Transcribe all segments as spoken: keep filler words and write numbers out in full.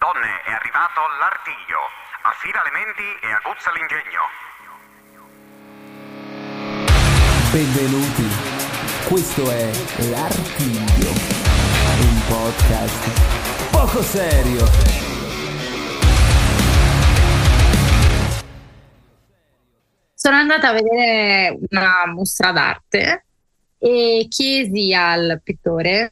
Donne, è arrivato l'artiglio. Affila le menti e aguzza l'ingegno. Benvenuti, questo è L'Artiglio, un podcast poco serio. Sono andata a vedere una mostra d'arte e chiesi al pittore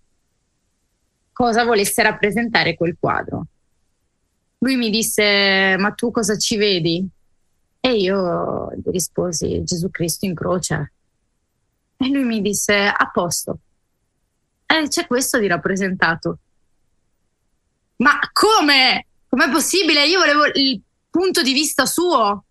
cosa volesse rappresentare quel quadro. Lui mi disse: ma tu cosa ci vedi? E io gli risposi: Gesù Cristo in croce. E lui mi disse: a posto. E c'è questo di rappresentato. Ma come? Com'è possibile? Io volevo il punto di vista suo.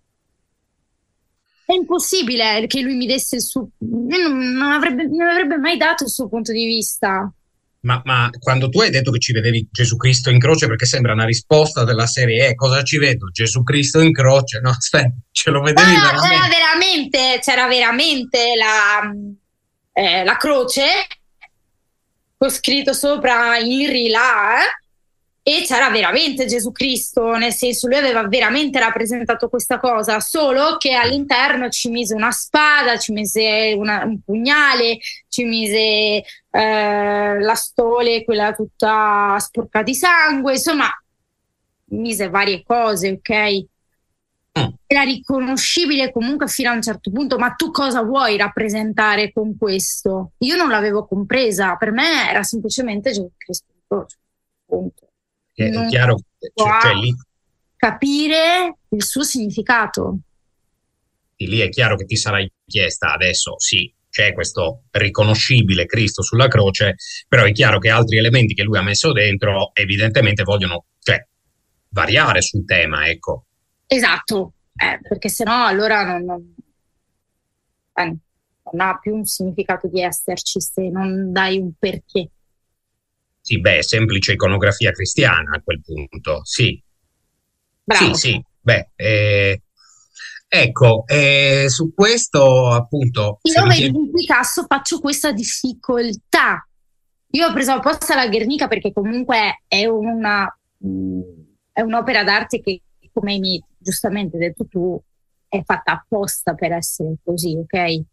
È impossibile che lui mi desse il suo... Non, non, avrebbe, non avrebbe mai dato il suo punto di vista. Ma, ma quando tu hai detto che ci vedevi Gesù Cristo in croce, perché sembra una risposta della serie eh, cosa ci vedo? Gesù Cristo in croce? No, aspetta, ce lo vedevi no, no, veramente? C'era veramente, c'era veramente la, eh, la croce con scritto sopra INRI là, eh? E c'era veramente Gesù Cristo, nel senso lui aveva veramente rappresentato questa cosa, solo che all'interno ci mise una spada, ci mise una, un pugnale, ci mise eh, la stole, quella tutta sporca di sangue, insomma mise varie cose, ok? Era riconoscibile comunque fino a un certo punto, ma tu cosa vuoi rappresentare con questo? Io non l'avevo compresa, per me era semplicemente Gesù Cristo, punto. È Non chiaro, cioè, cioè, lì, capire il suo significato. lì è chiaro che ti sarai chiesta adesso, sì, c'è questo riconoscibile Cristo sulla croce, però è chiaro che altri elementi che lui ha messo dentro evidentemente vogliono, cioè, variare sul tema, ecco. Esatto, eh, perché sennò allora non, non, eh, non ha più un significato di esserci se non dai un perché. Sì, beh, semplice iconografia cristiana a quel punto, sì. Bravo. Sì, sì, beh, eh, ecco, eh, su questo appunto... Io mi vedi chied- in Picasso faccio questa difficoltà. Io ho preso apposta la Guernica perché comunque è una mh, è un'opera d'arte che, come mi giustamente hai detto tu, è fatta apposta per essere così, ok?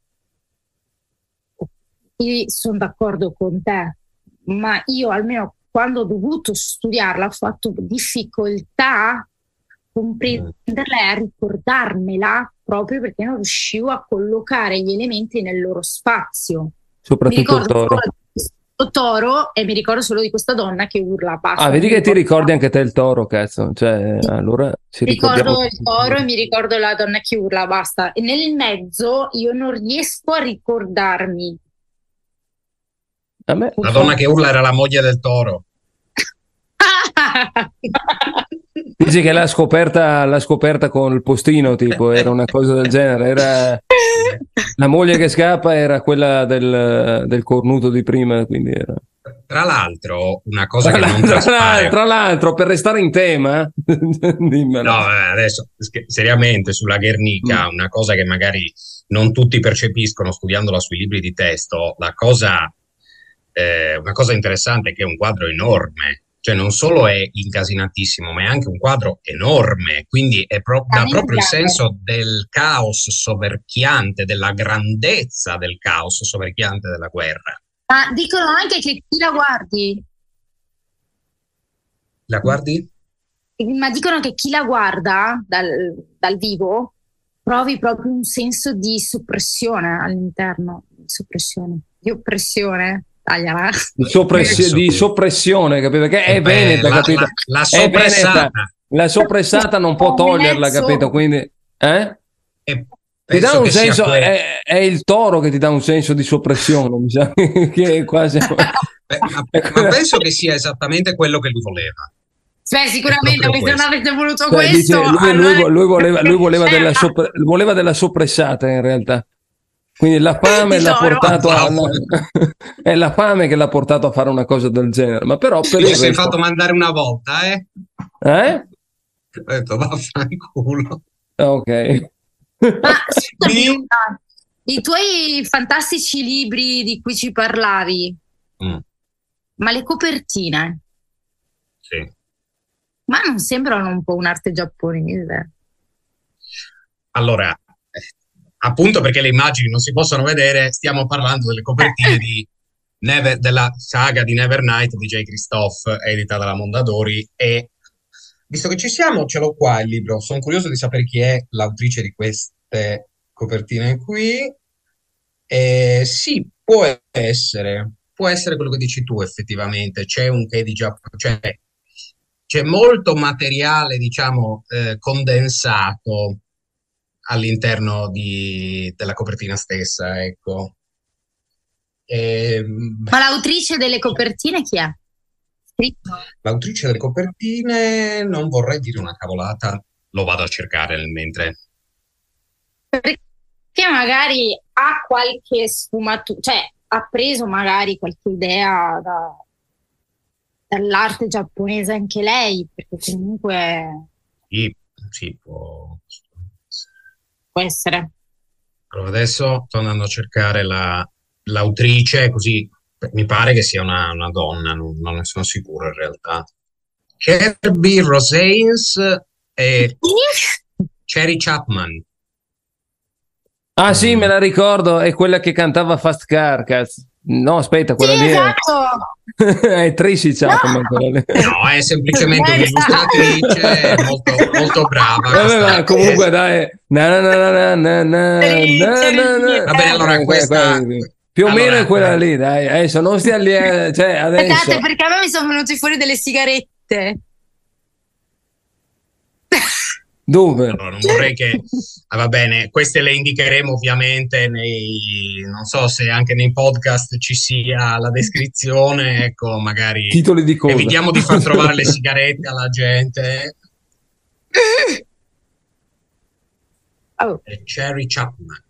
Io sono d'accordo con te, ma io almeno quando ho dovuto studiarla ho fatto difficoltà a comprenderla e a ricordarmela, proprio perché non riuscivo a collocare gli elementi nel loro spazio. Soprattutto mi ricordo il toro. solo di questo toro e mi ricordo solo di questa donna che urla basta. Ah, vedi mi che ti ricordo- ricordi anche te il toro, cazzo. Cioè, Sì. allora ci Mi ricordiamo. ricordo il toro e mi ricordo la donna che urla basta, e nel mezzo io non riesco a ricordarmi. A me, La donna che urla era la moglie del toro. dici che l'ha scoperta, l'ha scoperta con il postino, tipo, era una cosa del genere. Era la moglie che scappa, era quella del, del cornuto di prima, quindi era... Tra l'altro, una cosa Tra che non l'altro, traspare... tra l'altro, per restare in tema, dimmelo. No, eh, adesso, sch- seriamente, sulla Guernica, Mm. una cosa che magari non tutti percepiscono studiandola sui libri di testo, la cosa, eh, una cosa interessante è che è un quadro enorme, cioè non solo è incasinatissimo, ma è anche un quadro enorme, quindi è pro- dà Veramente proprio il grande. senso del caos soverchiante, della grandezza del caos soverchiante della guerra. Ma dicono anche che chi la guardi, La guardi? ma dicono che chi la guarda dal, dal vivo provi proprio un senso di soppressione all'interno, di soppressione, di oppressione, tagliala. Di, soppress- Penso di che- soppressione, capito? Perché è Eh beh, veneta, la- capito? la- la È soppressata. veneta. La soppressata non può Un toglierla, mezzo- capito? Quindi, eh? E Ti dà penso un che sia senso, que- è, è il toro che ti dà un senso di soppressione, mi sa che è quasi... Beh, ma, ma penso che sia esattamente quello che lui voleva. Beh, sicuramente, proprio se non questo. avesse voluto Cioè, questo, dice, lui, lui- allora- lui voleva, lui voleva Eh, della ma- sopra- voleva della soppressata in realtà. Quindi la fame Il l'ha toro. portato a, Wow. è la fame che l'ha portato a fare una cosa del genere. Ma però per Ti il sei resto, fatto mandare una volta, eh? eh? Ho detto, vaffanculo. Ok. Ma scusami, Sì. Luca, i tuoi fantastici libri di cui ci parlavi, Mm. ma le copertine? sì. Ma non sembrano un po' un'arte giapponese? Allora, eh, appunto perché le immagini non si possono vedere, stiamo parlando delle copertine di Never- della saga di Nevernight di J. Christophe, edita dalla Mondadori, e visto che ci siamo, ce l'ho qua il libro. Sono curioso di sapere chi è l'autrice di queste copertine qui. Eh, sì, può essere, può essere quello che dici tu, effettivamente. C'è un che di Giappone, cioè c'è molto materiale, diciamo, eh, condensato all'interno di- della copertina stessa, ecco. Ehm, Ma l'autrice delle copertine chi è? Scritto? L'autrice delle copertine, non vorrei dire una cavolata, lo vado a cercare nel mentre. Perché magari ha qualche sfumatura, cioè ha preso magari qualche idea da- dall'arte giapponese anche lei, perché comunque Sì, sì, può. può essere. Allora, adesso sto andando a cercare la- l'autrice, così mi pare che sia una, una donna, non, non ne sono sicuro in realtà. Kirby Rosains e Cherry Chapman. Ah sì, Mm. me la ricordo, è quella che cantava Fast Car, cazzo. No, aspetta, quella Sì, lì è... esatto. è Tracy Chapman, No. quella lì. No, è semplicemente un'illustratrice molto, molto brava. Vabbè, Questa- ma comunque dai, na na na na na na na na na na. Va bene, allora Eh, questa- quella- più o allora, meno è quella eh. lì, dai, adesso non stia lì, eh, cioè adesso. Aspettate, perché a me mi sono venuti fuori delle sigarette. Dove? Allora, non vorrei che. Ah, va bene, queste le indicheremo ovviamente nei. Non so se anche nei podcast ci sia la descrizione, ecco, magari. Titoli di cosa? Evitiamo di far trovare le sigarette alla gente. Oh. E Cherry Chapman.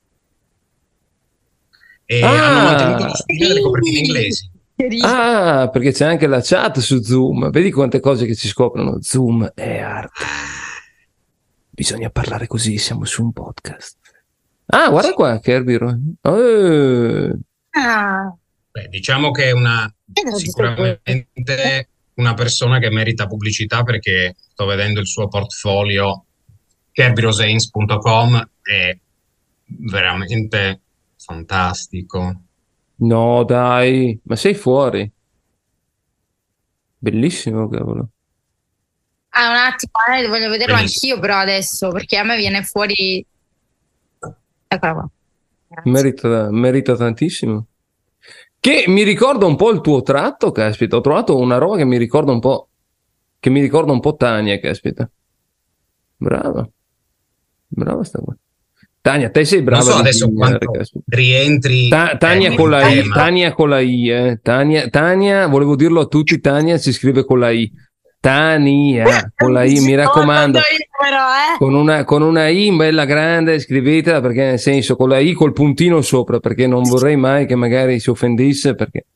E Ah. hanno mantenuto lo stile delle copertine inglesi. Ah, perché c'è anche la chat su Zoom. Vedi quante cose che si scoprono. Zoom è arte. Bisogna parlare così, siamo su un podcast. Ah, guarda qua, Kirby. Eh. Ah. Beh, diciamo che è una Vedo sicuramente una persona che merita pubblicità, perché sto vedendo il suo portfolio kirby rosains punto com, è veramente fantastico. No, dai, ma sei fuori. Bellissimo, cavolo. Ah, un attimo, eh, voglio vederlo Benissimo. anch'io però adesso, perché a me viene fuori. Eccola qua. Grazie. Merita, merita tantissimo. Che mi ricorda un po' il tuo tratto, caspita. Ho trovato una roba che mi ricorda un po'. Che mi ricorda un po' Tania, caspita. Brava. Brava sta qua. Tania, te sei brava. Non so a adesso disegnare, quanto caspita. rientri Ta- Tania, eh, con la nel I, tema. Tania con la I, eh. Tania, Tania, volevo dirlo a tutti, Tania si scrive con la I. Tania, con la I, mi raccomando. Però, eh. Con una, con una I bella grande, scrivetela, perché nel senso con la I col puntino sopra, perché non vorrei mai che magari si offendesse, perché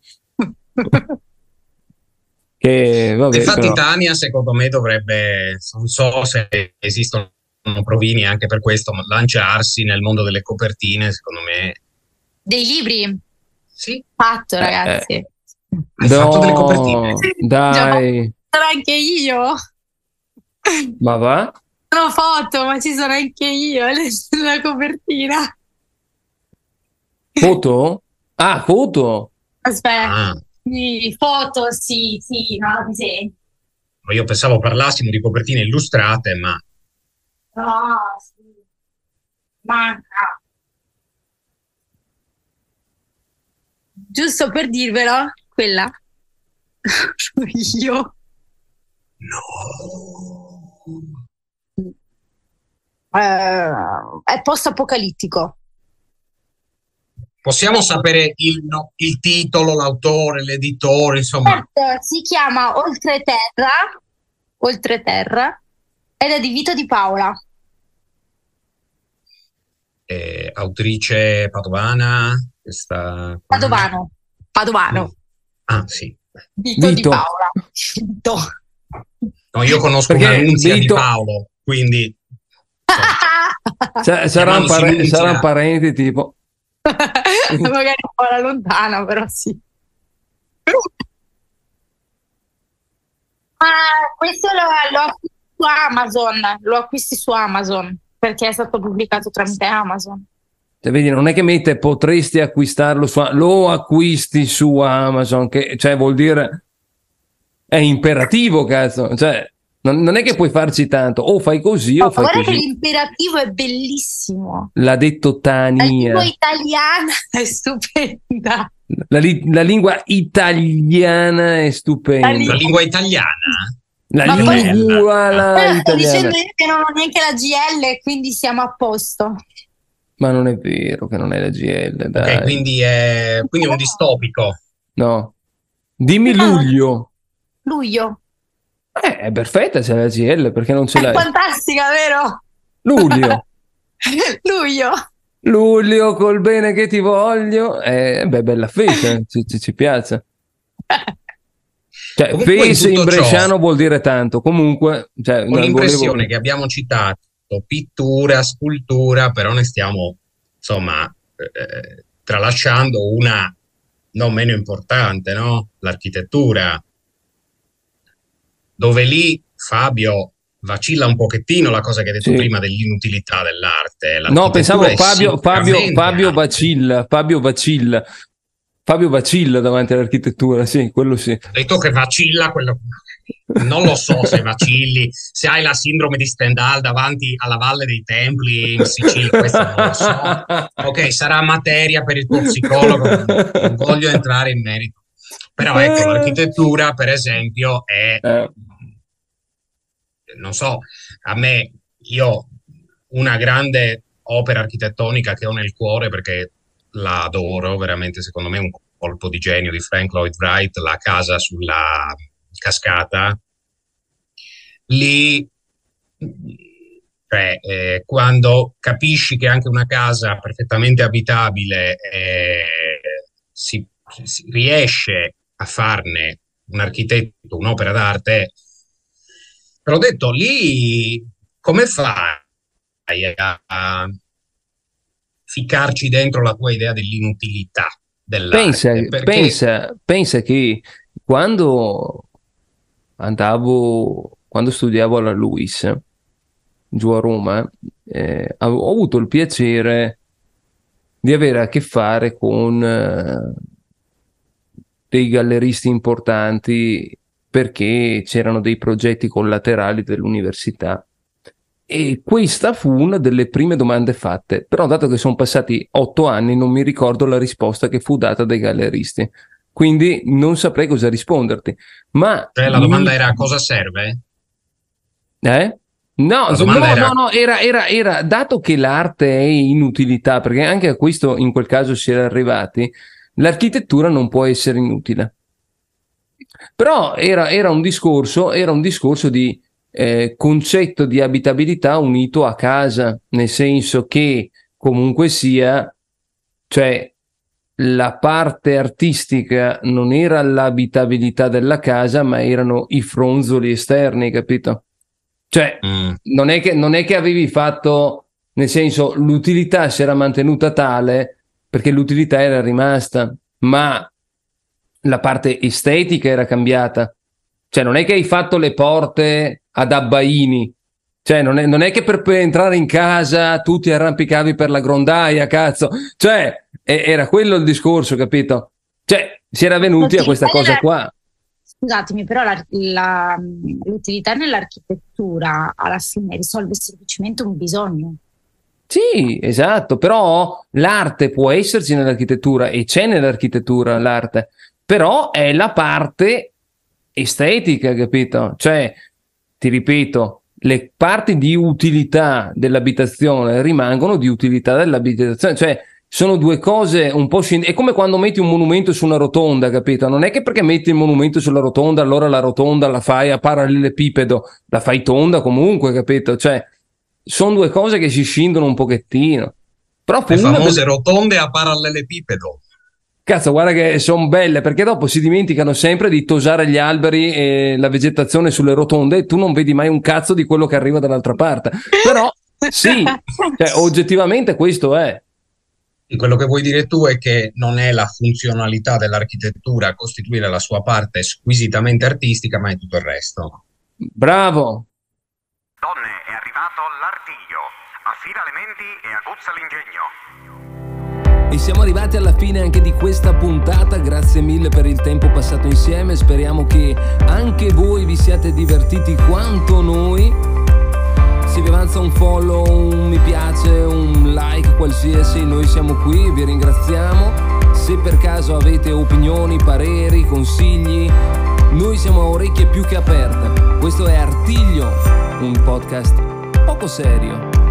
che vabbè, Infatti però. Tania secondo me dovrebbe, non so se esistono provini anche per questo, ma lanciarsi nel mondo delle copertine, secondo me. Dei libri? Sì. Fatto, ragazzi. Eh, Hai fatto delle copertine? Dai, Sono anche io. ma va? Sono foto, ma ci sono anche io nella copertina. Foto? Ah, foto? Aspetta. Ah, Sì, foto, sì, sì, no, disegni. io pensavo parlassimo di copertine illustrate, ma No, sì. Manca. Giusto per dirvelo, quella. Io. no. Eh, è post-apocalittico. Possiamo sapere il, no, il titolo, l'autore, l'editore, insomma. Certo, si chiama Oltreterra, Oltreterra, ed è di Vito Di Paola. Eh, autrice padovana, questa... Padovano. Padovano. Ah, sì. Vito, Vito. Di Paola. Vito. No, io conosco Perché una Nunzia Vito- Di Paolo, quindi Sa- sarà, un Chiamandosi pare- Nunzia. sarà un parente tipo. Magari un po' alla lontana, però sì. questo lo, lo acquisti su Amazon, lo acquisti su Amazon, perché è stato pubblicato tramite Amazon. Cioè, vedi, non è che mette potresti acquistarlo su, lo acquisti su Amazon, che cioè vuol dire è imperativo, cazzo, cioè non, non è che puoi farci tanto, o fai così o Oh, fai guarda così. che l'imperativo è bellissimo. L'ha detto La Tania. lingua italiana è stupenda. La, li- la lingua italiana è La stupenda. li- La lingua italiana? La Ma poi- lingua la Però sto italiana. dicendo io che non ho neanche la G L, quindi siamo a posto. Ma non è vero che non è la G L, dai. Ok, quindi è, quindi è un distopico. No. Dimmi No. luglio. Luglio. Eh, è perfetta se è la G L, perché non ce È l'hai? fantastica, vero? Luglio. Luglio. Luglio col bene che ti voglio. Eh, beh, bella fece, ci, ci, ci piace. Cioè, Comunque, in fece in tutto ciò, bresciano vuol dire tanto. Comunque, cioè, ho non l'impressione volevo... che abbiamo citato pittura, scultura, però ne stiamo, insomma, eh, tralasciando una non meno importante, no? L'architettura, dove lì Fabio vacilla un pochettino la cosa che hai detto Sì. prima dell'inutilità dell'arte. No, L'architettura pensavo è Fabio, Fabio, sicuramente Fabio arte. vacilla, Fabio vacilla. Fabio vacilla davanti all'architettura, sì, quello sì. Ho detto che vacilla quello. Non lo so se vacilli, se hai la sindrome di Stendhal davanti alla Valle dei Templi in Sicilia, questo non lo so. Ok, sarà materia per il tuo psicologo, non voglio entrare in merito. Però ecco, l'architettura, per esempio, è, Eh, non so, a me, io una grande opera architettonica che ho nel cuore perché la adoro, veramente secondo me è un colpo di genio di Frank Lloyd Wright, la casa sulla cascata. Lì, cioè, eh, quando capisci che anche una casa perfettamente abitabile eh, si, si riesce a farne un architetto, un'opera d'arte, te l'ho detto, lì come fai a, a ficcarci dentro la tua idea dell'inutilità pensa, dell'arte? Perché pensa, pensa che quando andavo, quando studiavo alla LUISS, giù a Roma, eh, avevo- ho avuto il piacere di avere a che fare con eh, dei galleristi importanti perché c'erano dei progetti collaterali dell'università. E questa fu una delle prime domande fatte, però dato che sono passati otto anni non mi ricordo la risposta che fu data dai galleristi, quindi non saprei cosa risponderti. Ma cioè, la domanda mi- era cosa serve? Eh? No, La s- no, domanda era- no, no, era, era, era, dato che l'arte è inutilità, perché anche a questo in quel caso si era arrivati, l'architettura non può essere inutile. Però era, era un discorso, era un discorso di eh, concetto di abitabilità unito a casa, nel senso che comunque sia, cioè la parte artistica non era l'abitabilità della casa, ma erano i fronzoli esterni, capito? Cioè, Mm. non è che, non è che avevi fatto, nel senso, l'utilità si era mantenuta tale perché l'utilità era rimasta, ma la parte estetica era cambiata. Cioè, non è che hai fatto le porte ad abbaini. Cioè, non è, non è che per, per entrare in casa tu ti arrampicavi per la grondaia, cazzo. Cioè, e- era quello il discorso, capito? Cioè, si era venuti a questa cosa qua. Scusatemi, però la- la- l'utilità nell'architettura alla fine risolve semplicemente un bisogno. Sì, esatto, però l'arte può esserci nell'architettura e c'è nell'architettura l'arte, però è la parte estetica, capito? Cioè, ti ripeto, le parti di utilità dell'abitazione rimangono di utilità dell'abitazione, cioè sono due cose un po' scind- è come quando metti un monumento su una rotonda, capito? Non è che perché metti il monumento sulla rotonda allora la rotonda la fai a parallelepipedo, la fai tonda comunque, capito? Cioè sono due cose che si scindono un pochettino. Però fu Le una famose delle- rotonde a parallelepipedo. Cazzo, guarda che sono belle, perché dopo si dimenticano sempre di tosare gli alberi e la vegetazione sulle rotonde e tu non vedi mai un cazzo di quello che arriva dall'altra parte. Però sì, cioè, oggettivamente questo è. E quello che vuoi dire tu è che non è la funzionalità dell'architettura a costituire la sua parte squisitamente artistica, ma è tutto il resto. Bravo. Donne, è arrivato l'artiglio. Affida le menti e aguzza l'ingegno. E siamo arrivati alla fine anche di questa puntata, grazie mille per il tempo passato insieme, speriamo che anche voi vi siate divertiti quanto noi. Se vi avanza un follow, un mi piace, un like qualsiasi, noi siamo qui, vi ringraziamo. Se per caso avete opinioni, pareri, consigli, noi siamo a orecchie più che aperte. Questo è Artiglio, un podcast poco serio